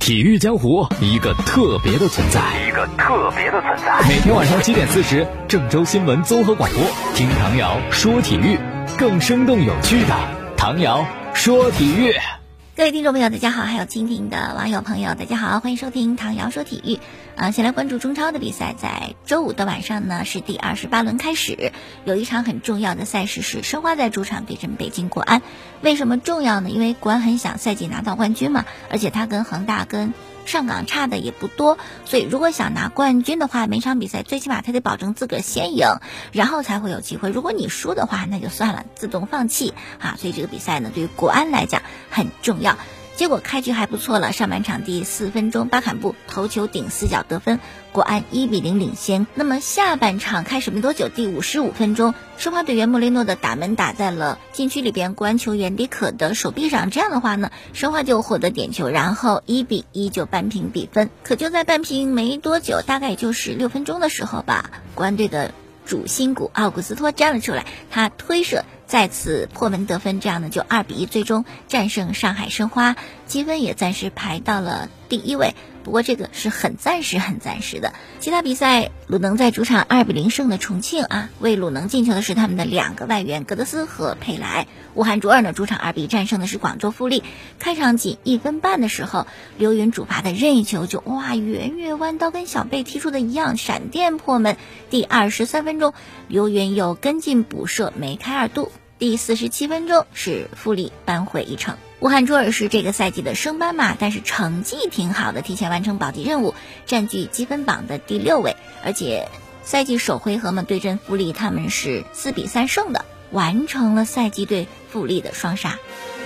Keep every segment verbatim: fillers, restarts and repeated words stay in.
体育江湖，一个特别的存在， 一个特别的存在。 每天晚上七点四十，郑州新闻综合广播，听唐瑶说体育，更生动有趣的唐瑶说体育。 各位听众朋友大家好，还有蜻蜓的网友朋友大家好，欢迎收听唐瑶说体育。啊，先来关注中超的比赛，在周五的晚上呢是第二十八轮开始，有一场很重要的赛事是申花在主场对阵北京国安。为什么重要呢？因为国安很想赛季拿到冠军嘛，而且他跟恒大跟上港差的也不多，所以如果想拿冠军的话，每场比赛最起码他得保证自个儿先赢，然后才会有机会。如果你输的话，那就算了，自动放弃啊。所以这个比赛呢，对于国安来讲很重要。结果开局还不错了，上半场第四分钟，巴坎布头球顶死角得分，国安一比零领先。那么下半场开始没多久，第五十五分钟，申花队员莫雷诺的打门打在了禁区里边国安球员李可的手臂上，这样的话呢，申花就获得点球，然后一比一就扳平比分。可就在扳平没多久，大概也就是六分钟的时候吧，国安队的主心骨奥古斯托站了出来，他推射再次破门得分，这样呢就二比一最终战胜上海申花，积分也暂时排到了第一位。不过这个是很暂时很暂时的。其他比赛，鲁能在主场二比零胜的重庆啊，为鲁能进球的是他们的两个外援格德斯和佩莱。武汉卓尔呢主场二比一战胜的是广州富力。开场仅一分半的时候，刘云主罚的任意球就哇圆月弯刀跟小贝踢出的一样，闪电破门。第二十三分钟，刘云又跟进补射梅开二度。第四十七分钟是富力扳回一城。武汉卓尔是这个赛季的升班马，但是成绩挺好的，提前完成保级任务，占据积分榜的第六位，而且赛季首回合嘛对阵富力，他们是四比三胜的，完成了赛季对富力的双杀。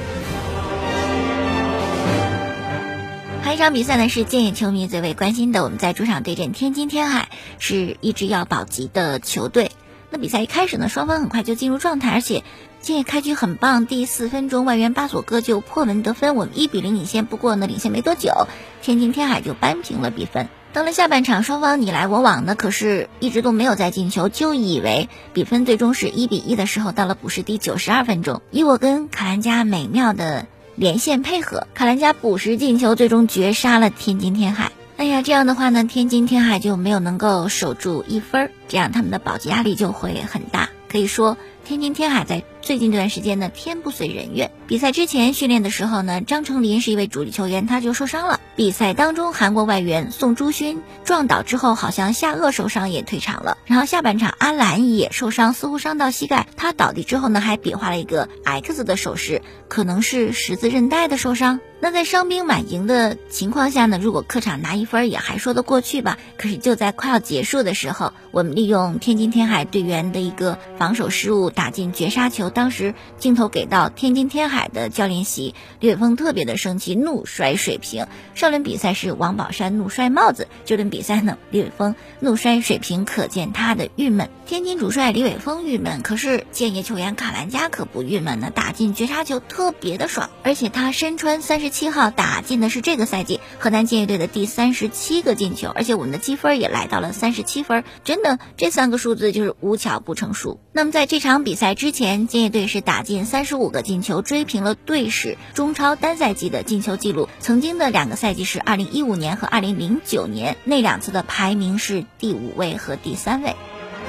还有一场比赛呢是建业球迷最为关心的，我们在主场对阵天津天海，是一支要保级的球队。那比赛一开始呢，双方很快就进入状态，而且建业开局很棒，第四分钟外援巴索戈就破门得分，我们一比零领先。不过呢，领先没多久，天津天海就扳平了比分。到了下半场，双方你来我往的，可是一直都没有再进球，就以为比分最终是一比一的时候，到了补时第九十二分钟，伊沃跟卡兰加美妙的连线配合，卡兰加补时进球，最终绝杀了天津天海。哎呀，这样的话呢，天津天海就没有能够守住一分，这样他们的保级压力就会很大。可以说天津天海在最近这段时间呢，天不遂人愿。比赛之前训练的时候呢，张成林是一位主力球员，他就受伤了。比赛当中，韩国外援宋朱勋撞倒之后，好像下颚受伤也退场了。然后下半场阿兰也受伤，似乎伤到膝盖。他倒地之后呢，还比划了一个 X 的手势，可能是十字韧带的受伤。那在伤兵满营的情况下呢，如果客场拿一分也还说得过去吧。可是就在快要结束的时候，我们利用天津天海队员的一个防守失误打进绝杀球。当时镜头给到天津天海的教练席，李伟峰特别的生气，怒摔水瓶。上轮比赛是王宝山怒摔帽子，这轮比赛呢，李伟峰怒摔水瓶，可见他的郁闷。天津主帅李伟峰郁闷，可是建业球员卡兰加可不郁闷呢，打进绝杀球特别的爽，而且他身穿三十七号，打进的是这个赛季河南建业队的第三十七个进球，而且我们的积分也来到了三十七分，真的这三个数字就是无巧不成书。那么在这场比赛之前，建业队是打进三十五个进球，追平了队史中超单赛季的进球记录。曾经的两个赛季是二零一五年和二零零九年，那两次的排名是第五位和第三位。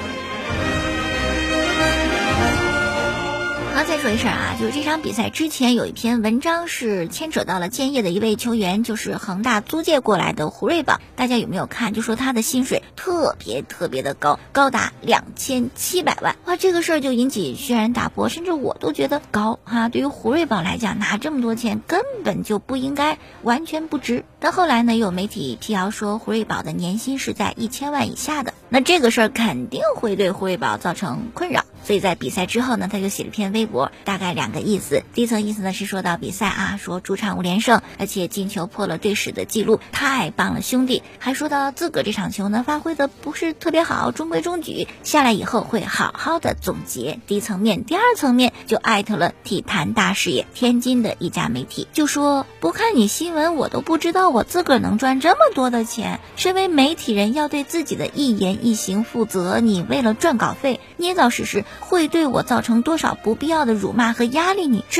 好，再说一事啊，就是这场比赛之前有一篇文章是牵扯到了建业的一位球员，就是恒大租借过来的胡瑞宝，大家有没有看？就说他的薪水特别特别的高，高达两千七百万。哇，这个事儿就引起轩然大波，甚至我都觉得高哈、啊。对于胡瑞宝来讲，拿这么多钱根本就不应该，完全不值。但后来呢，有媒体辟谣说胡瑞宝的年薪是在一千万以下的，那这个事儿肯定会对胡瑞宝造成困扰。所以在比赛之后呢，他就写了篇微博，大概两个意思。第一层意思呢是说到比赛啊，说主场五连胜，而且进球破了队史的记录，太棒了兄弟。还说到自个这场球呢发挥的不是特别好，中规中矩，下来以后会好好的总结。第一层面，第二层面就艾特了体坛大视野天津的一家媒体，就说不看你新闻我都不知道我自个儿能赚这么多的钱，身为媒体人要对自己的一言一行负责，你为了赚稿费捏造事实会对我造成多少不必要的辱骂和压力，你知道吗？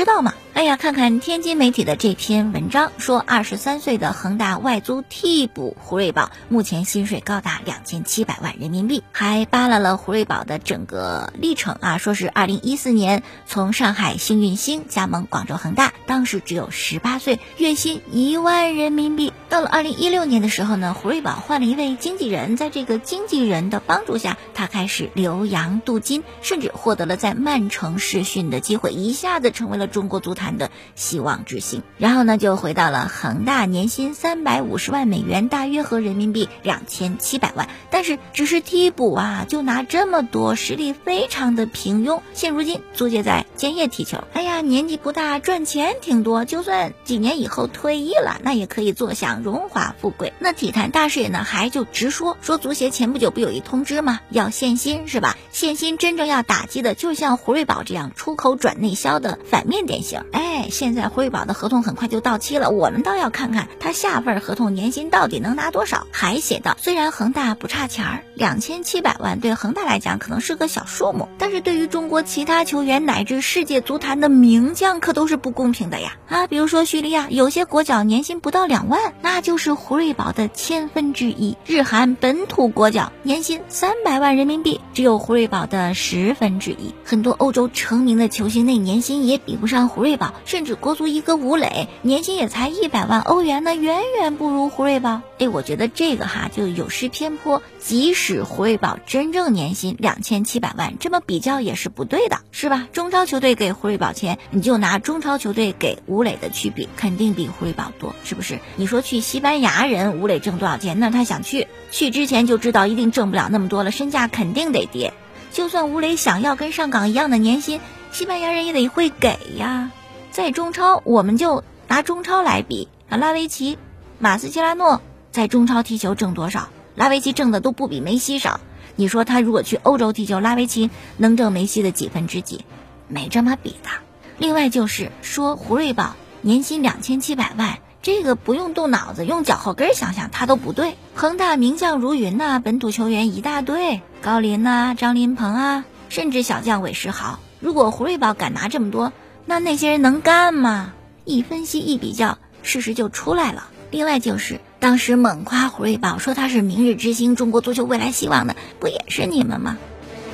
哎呀，看看天津媒体的这篇文章，说二十三岁的恒大外租替补胡瑞宝目前薪水高达两千七百万人民币，还扒拉了胡瑞宝的整个历程啊，说是二零一四年从上海幸运星加盟广州恒大，当时只有十八岁，月薪一万人民币。到了二零一六年的时候呢，胡瑞宝换了一位经纪人，在这个经纪人的帮助下，他开始留洋镀金，甚至获得了在曼城试训的机会，一下子成为了中国足坛的希望之星。然后呢，就回到了恒大，年薪三百五十万美元，大约合人民币两千七百万。但是只是替补啊，就拿这么多，实力非常的平庸。现如今租借在建业踢球，哎呀，年纪不大，赚钱挺多，就算几年以后退役了，那也可以坐享荣华富贵。那体坛大事业呢，还就直说说足协前不久不有一通知吗？要限薪是吧？限薪真正要打击的，就像胡瑞宝这样出口转内销的反面典型。哎，现在胡瑞宝的合同很快就到期了，我们倒要看看他下份合同年薪到底能拿多少。还写道，虽然恒大不差钱儿，两千七百万对恒大来讲可能是个小数目，但是对于中国其他球员乃至世界足坛的名将可都是不公平的呀！啊，比如说叙利亚有些国脚年薪不到两万，那就是胡瑞宝的千分之一；日韩本土国脚年薪三百万人民币，只有胡瑞宝的十分之一。很多欧洲成名的球星那年薪也比不上胡瑞宝，甚至国足一个吴磊年薪也才一百万欧元呢，远远不如胡瑞宝。哎，我觉得这个哈就有失偏颇，即使胡瑞宝真正年薪两千七百万，这么比较也是不对的，是吧？中超球队给胡瑞宝钱，你就拿中超球队给吴磊的去比，肯定比胡瑞宝多，是不是？你说去西班牙人吴磊挣多少钱？那他想去，去之前就知道一定挣不了那么多了，身价肯定得跌。就算吴磊想要跟上港一样的年薪，西班牙人也得会给呀。在中超，我们就拿中超来比，拉维奇、马斯切拉诺在中超踢球挣多少？拉维奇挣的都不比梅西少。你说他如果去欧洲踢球，拉维奇能挣梅西的几分之几？没这么比的。另外就是说胡瑞宝年薪两千七百万，这个不用动脑子，用脚后跟想想他都不对。恒大名将如云呐、啊，本土球员一大堆，高林啊、张琳芃啊，甚至小将韦世豪。如果胡瑞宝敢拿这么多，那那些人能干吗？一分析一比较，事实就出来了。另外就是当时猛夸胡瑞宝，说他是明日之星，中国足球未来希望的，不也是你们吗？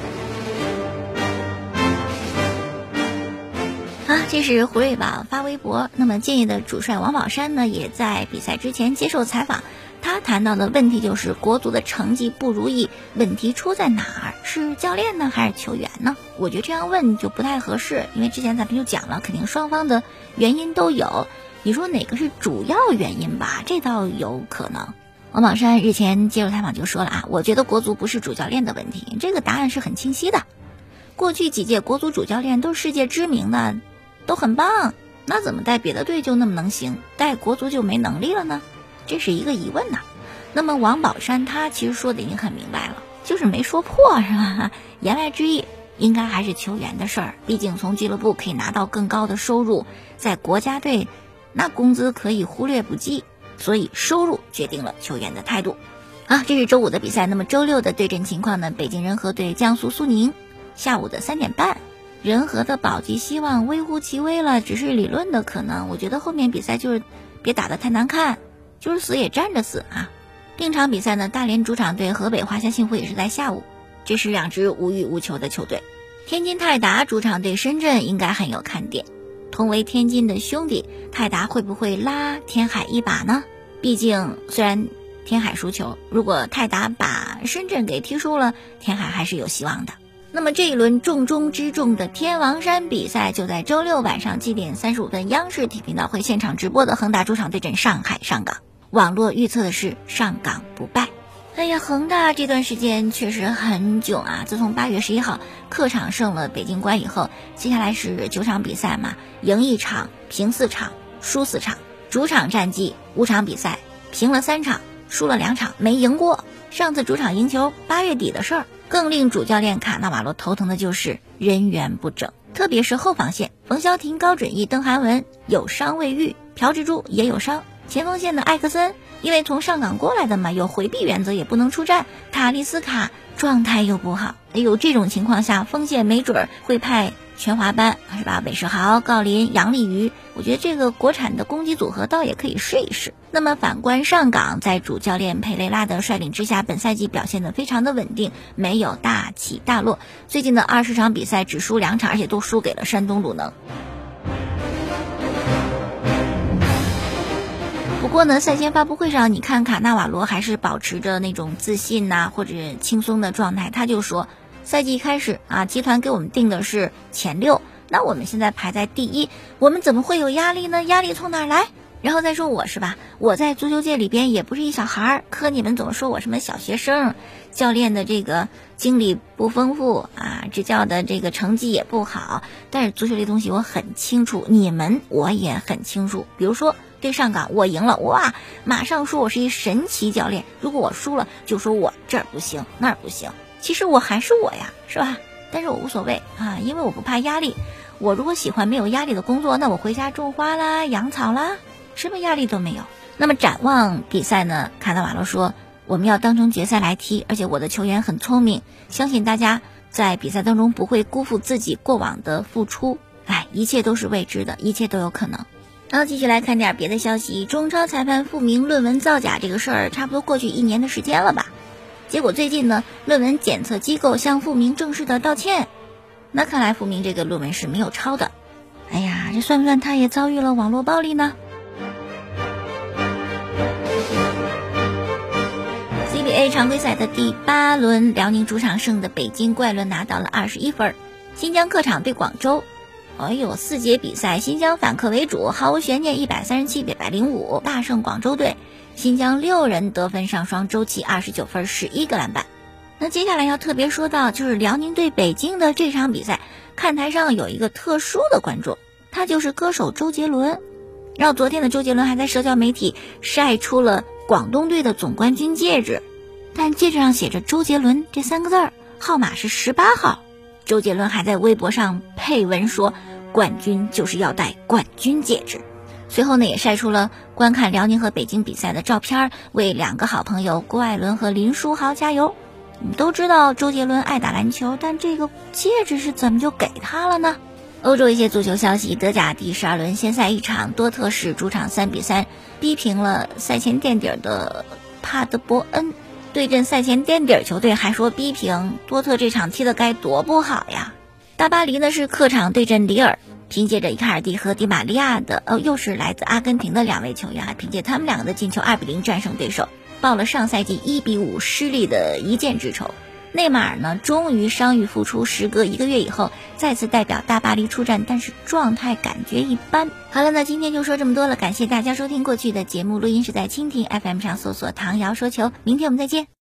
啊，这是胡瑞宝发微博。那么建业的主帅王宝山呢，也在比赛之前接受采访，他谈到的问题就是国足的成绩不如意，问题出在哪儿？是教练呢，还是球员呢？我觉得这样问就不太合适，因为之前咱们就讲了，肯定双方的原因都有。你说哪个是主要原因吧？这倒有可能。王宝山日前接受采访就说了啊，我觉得国足不是主教练的问题，这个答案是很清晰的。过去几届国足主教练都是世界知名的，都很棒，那怎么带别的队就那么能行，带国足就没能力了呢？这是一个疑问呐。那么王宝山他其实说的已经很明白了，就是没说破，是吧？言外之意应该还是球员的事儿，毕竟从俱乐部可以拿到更高的收入，在国家队那工资可以忽略不计，所以收入决定了球员的态度。啊，这是周五的比赛。那么周六的对阵情况呢？北京人和对江苏苏宁，下午的三点半。人和的保级希望微乎其微了，只是理论的可能。我觉得后面比赛就是别打得太难看，就是死也站着死啊。另场比赛呢，大连主场对河北华夏幸福也是在下午，这是两支无欲无求的球队。天津泰达主场对深圳应该很有看点。同为天津的兄弟，泰达会不会拉天海一把呢？毕竟虽然天海输球，如果泰达把深圳给踢输了，天海还是有希望的。那么这一轮重中之重的天王山比赛就在周六晚上七点三十五分，央视体育频道会现场直播的恒大主场对阵上海上港。网络预测的是上港不败。哎呀，恒大这段时间确实很囧啊！自从八月十一号客场胜了北京国安以后，接下来是九场比赛嘛，赢一场，平四场，输四场。主场战绩五场比赛，平了三场，输了两场，没赢过。上次主场赢球八月底的事儿。更令主教练卡纳瓦罗头疼的就是人员不整，特别是后防线，冯潇霆、高准翼、邓涵文有伤未愈，朴智珠也有伤，前锋线的艾克森因为从上港过来的嘛，有回避原则也不能出战，塔利斯卡状态又不好。哎呦，这种情况下锋线没准会派全华班是吧？韦世豪、郜林、杨立瑜，我觉得这个国产的攻击组合倒也可以试一试。那么反观上港，在主教练佩雷拉的率领之下，本赛季表现得非常的稳定，没有大起大落。最近的二十场比赛只输两场，而且都输给了山东鲁能。不过呢，赛前发布会上，你看卡纳瓦罗还是保持着那种自信呐、啊，或者轻松的状态。他就说，赛季一开始啊，集团给我们定的是前六，那我们现在排在第一，我们怎么会有压力呢？压力从哪儿来？然后再说我是吧，我在足球界里边也不是一小孩儿，可你们总说我什么小学生，教练的这个经历不丰富啊，执教的这个成绩也不好，但是足球这东西我很清楚，你们我也很清楚。比如说对上港我赢了，哇，马上说我是一神奇教练，如果我输了就说我这儿不行那儿不行，其实我还是我呀，是吧？但是我无所谓啊，因为我不怕压力，我如果喜欢没有压力的工作，那我回家种花啦养草啦，什么压力都没有。那么展望比赛呢，卡纳瓦罗说我们要当成决赛来踢，而且我的球员很聪明，相信大家在比赛当中不会辜负自己过往的付出，哎，一切都是未知的，一切都有可能。然后继续来看点别的消息，中超裁判复明论文造假这个事儿差不多过去一年的时间了吧，结果最近呢，论文检测机构向复明正式的道歉，那看来复明这个论文是没有抄的。哎呀，这算不算他也遭遇了网络暴力呢？ C B A 常规赛的第八轮，辽宁主场胜的北京怪伦拿到了二十一分，新疆客场对广州，哎呦，四节比赛新疆反客为主，毫无悬念，一百三十七比一百零五大胜广州队，新疆六人得分上双，周琦二十九分十一个篮板。那接下来要特别说到就是辽宁对北京的这场比赛，看台上有一个特殊的观众，他就是歌手周杰伦。然后昨天的周杰伦还在社交媒体晒出了广东队的总冠军戒指，但戒指上写着周杰伦这三个字儿，号码是十八号。周杰伦还在微博上配文说，冠军就是要戴冠军戒指。随后呢，也晒出了观看辽宁和北京比赛的照片，为两个好朋友郭艾伦和林书豪加油。你们都知道周杰伦爱打篮球，但这个戒指是怎么就给他了呢？欧洲一些足球消息，德甲第十二轮先赛一场，多特市主场三比三逼平了赛前垫底的帕德伯恩。对阵赛前垫底球队还说逼平，多特这场踢得该多不好呀。大巴黎呢是客场对阵里尔，凭借着伊卡尔迪和迪玛利亚的呃，又是来自阿根廷的两位球员，还凭借他们两个的进球二比零战胜对手，报了上赛季一比五失利的一箭之仇。内马尔呢终于伤愈复出，时隔一个月以后再次代表大巴黎出战，但是状态感觉一般。好了，那今天就说这么多了，感谢大家收听。过去的节目录音是在蜻蜓 F M 上搜索唐瑶说球，明天我们再见。